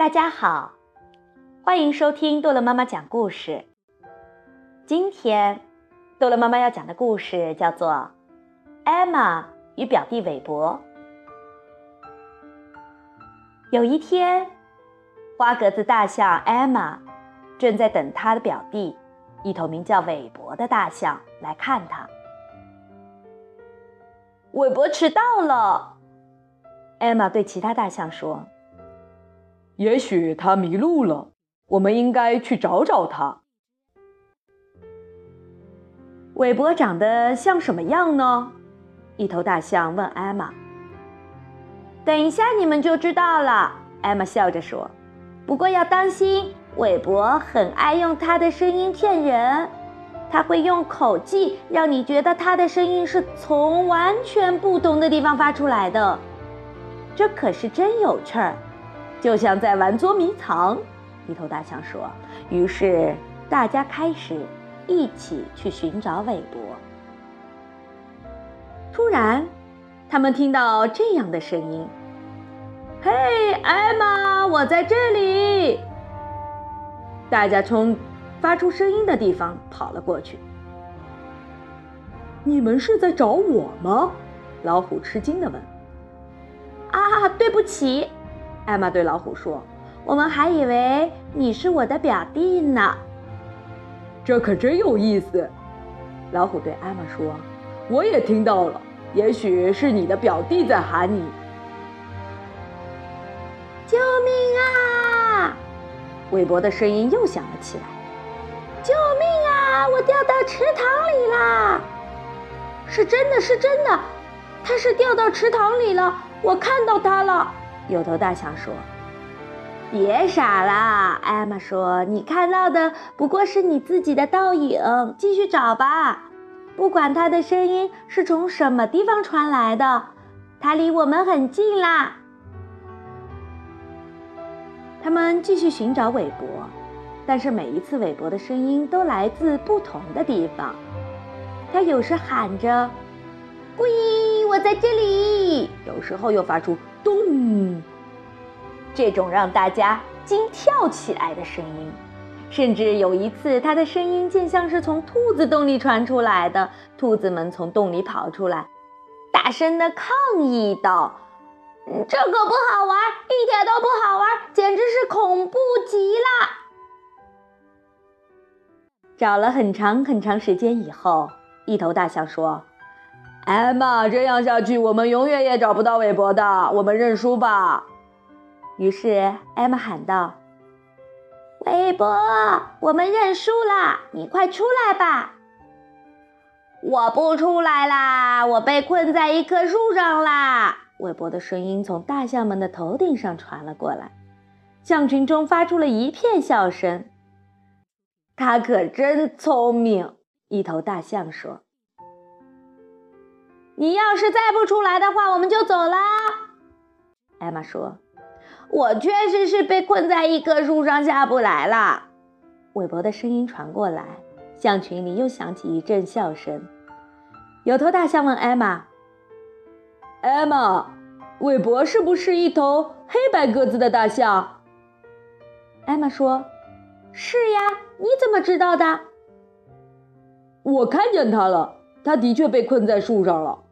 大家好，欢迎收听逗乐妈妈讲故事。今天逗乐妈妈要讲的故事叫做《艾玛与表弟韦伯》。有一天，花格子大象艾玛正在等她的表弟，一头名叫韦伯的大象来看她。韦伯迟到了，艾玛对其他大象说， 也许他迷路了，我们应该去找找他。 韦伯长得像什么样呢？一头大象问艾玛。等一下你们就知道了，艾玛笑着说。不过要当心，韦伯很爱用他的声音骗人，他会用口技让你觉得他的声音是从完全不同的地方发出来的。这可是真有趣儿，就像在玩捉迷藏，一头大象说。于是大家开始一起去寻找韦伯。突然他们听到这样的声音，嘿，艾玛，我在这里！大家从发出声音的地方跑了过去。 你们是在找我吗？老虎吃惊地问。 对不起，艾玛对老虎说，我们还以为你是我的表弟呢。 这可真有意思，老虎对艾玛说，我也听到了，也许是你的表弟在喊你。 救命啊！韦伯的声音又响了起来。救命啊！我掉到池塘里啦！是真的，是真的，他是掉到池塘里了，我看到他了。有头大象说。别傻啦，艾玛说，你看到的不过是你自己的倒影，继续找吧。不管他的声音是从什么地方传来的，他离我们很近啦。他们继续寻找韦伯，但是每一次韦伯的声音都来自不同的地方。他有时喊着喂，我在这里，有时候又发出咚，这种让大家惊跳起来的声音。甚至有一次他的声音竟像是从兔子洞里传出来的，兔子们从洞里跑出来，大声地抗议道，这可不好玩，一点都不好玩，简直是恐怖极了。找了很长很长时间以后，一头大象说， 艾玛，这样下去我们永远也找不到韦伯的，我们认输吧。 于是艾玛喊道，韦伯，我们认输啦，你快出来吧。我不出来啦，我被困在一棵树上啦。韦伯的声音从大象们的头顶上传了过来，象群中发出了一片笑声。他可真聪明，一头大象说。你要是再不出来的话，我们就走啦。艾玛说，我确实是被困在一棵树上下不来啦。韦伯的声音传过来，象群里又响起一阵笑声。有头大象问艾玛， 艾玛，韦伯是不是一头黑白个子的大象？ 艾玛说，是呀，你怎么知道的？ 我看见他了，他的确被困在树上了。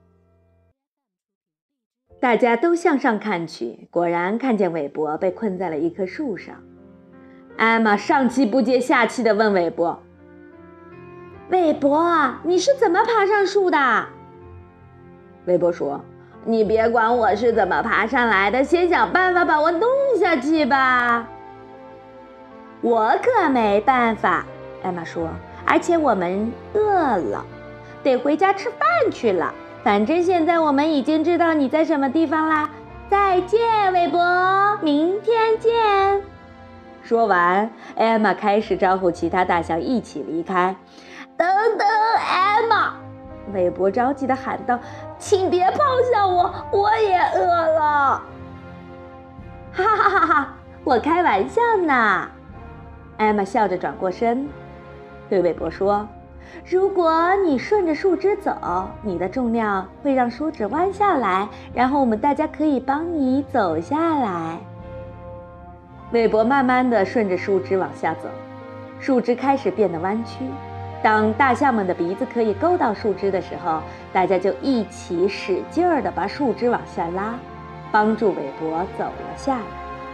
大家都向上看去，果然看见韦伯被困在了一棵树上。艾玛上气不接下气地问韦伯，韦伯，你是怎么爬上树的？韦伯说，你别管我是怎么爬上来的，先想办法把我弄下去吧。我可没办法，艾玛说，而且我们饿了，得回家吃饭去了。反正现在我们已经知道你在什么地方啦。再见，韦伯，明天见。说完，艾玛开始招呼其他大象一起离开。等等，艾玛，韦伯着急地喊道，请别抛下我，我也饿了。哈哈哈哈，我开玩笑呢。艾玛笑着转过身，对韦伯说，如果你顺着树枝走，你的重量会让树枝弯下来，然后我们大家可以帮你走下来。 韦伯慢慢地顺着树枝往下走，树枝开始变得弯曲。当大象们的鼻子可以够到树枝的时候，大家就一起使劲儿地把树枝往下拉，帮助韦伯走了下来。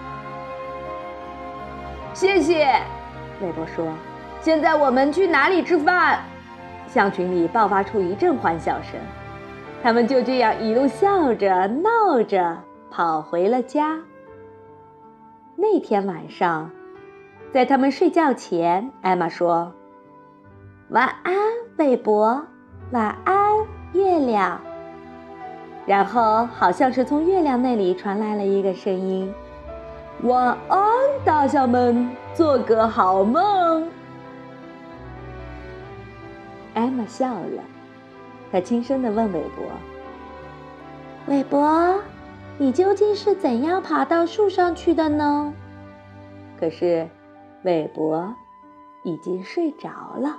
谢谢， 韦伯说。 现在我们去哪里吃饭？ 象群里爆发出一阵欢笑声，他们就这样一路笑着闹着跑回了家。那天晚上，在他们睡觉前，艾玛说：“晚安，韦伯，晚安，月亮。”然后好像是从月亮那里传来了一个声音：“ 晚安，大象们，做个好梦。” 艾玛笑了，她轻声地问韦伯：“韦伯，你究竟是怎样爬到树上去的呢？”可是，韦伯已经睡着了。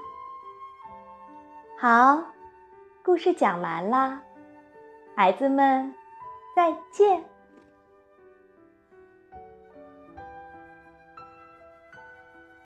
好，故事讲完了，孩子们，再见。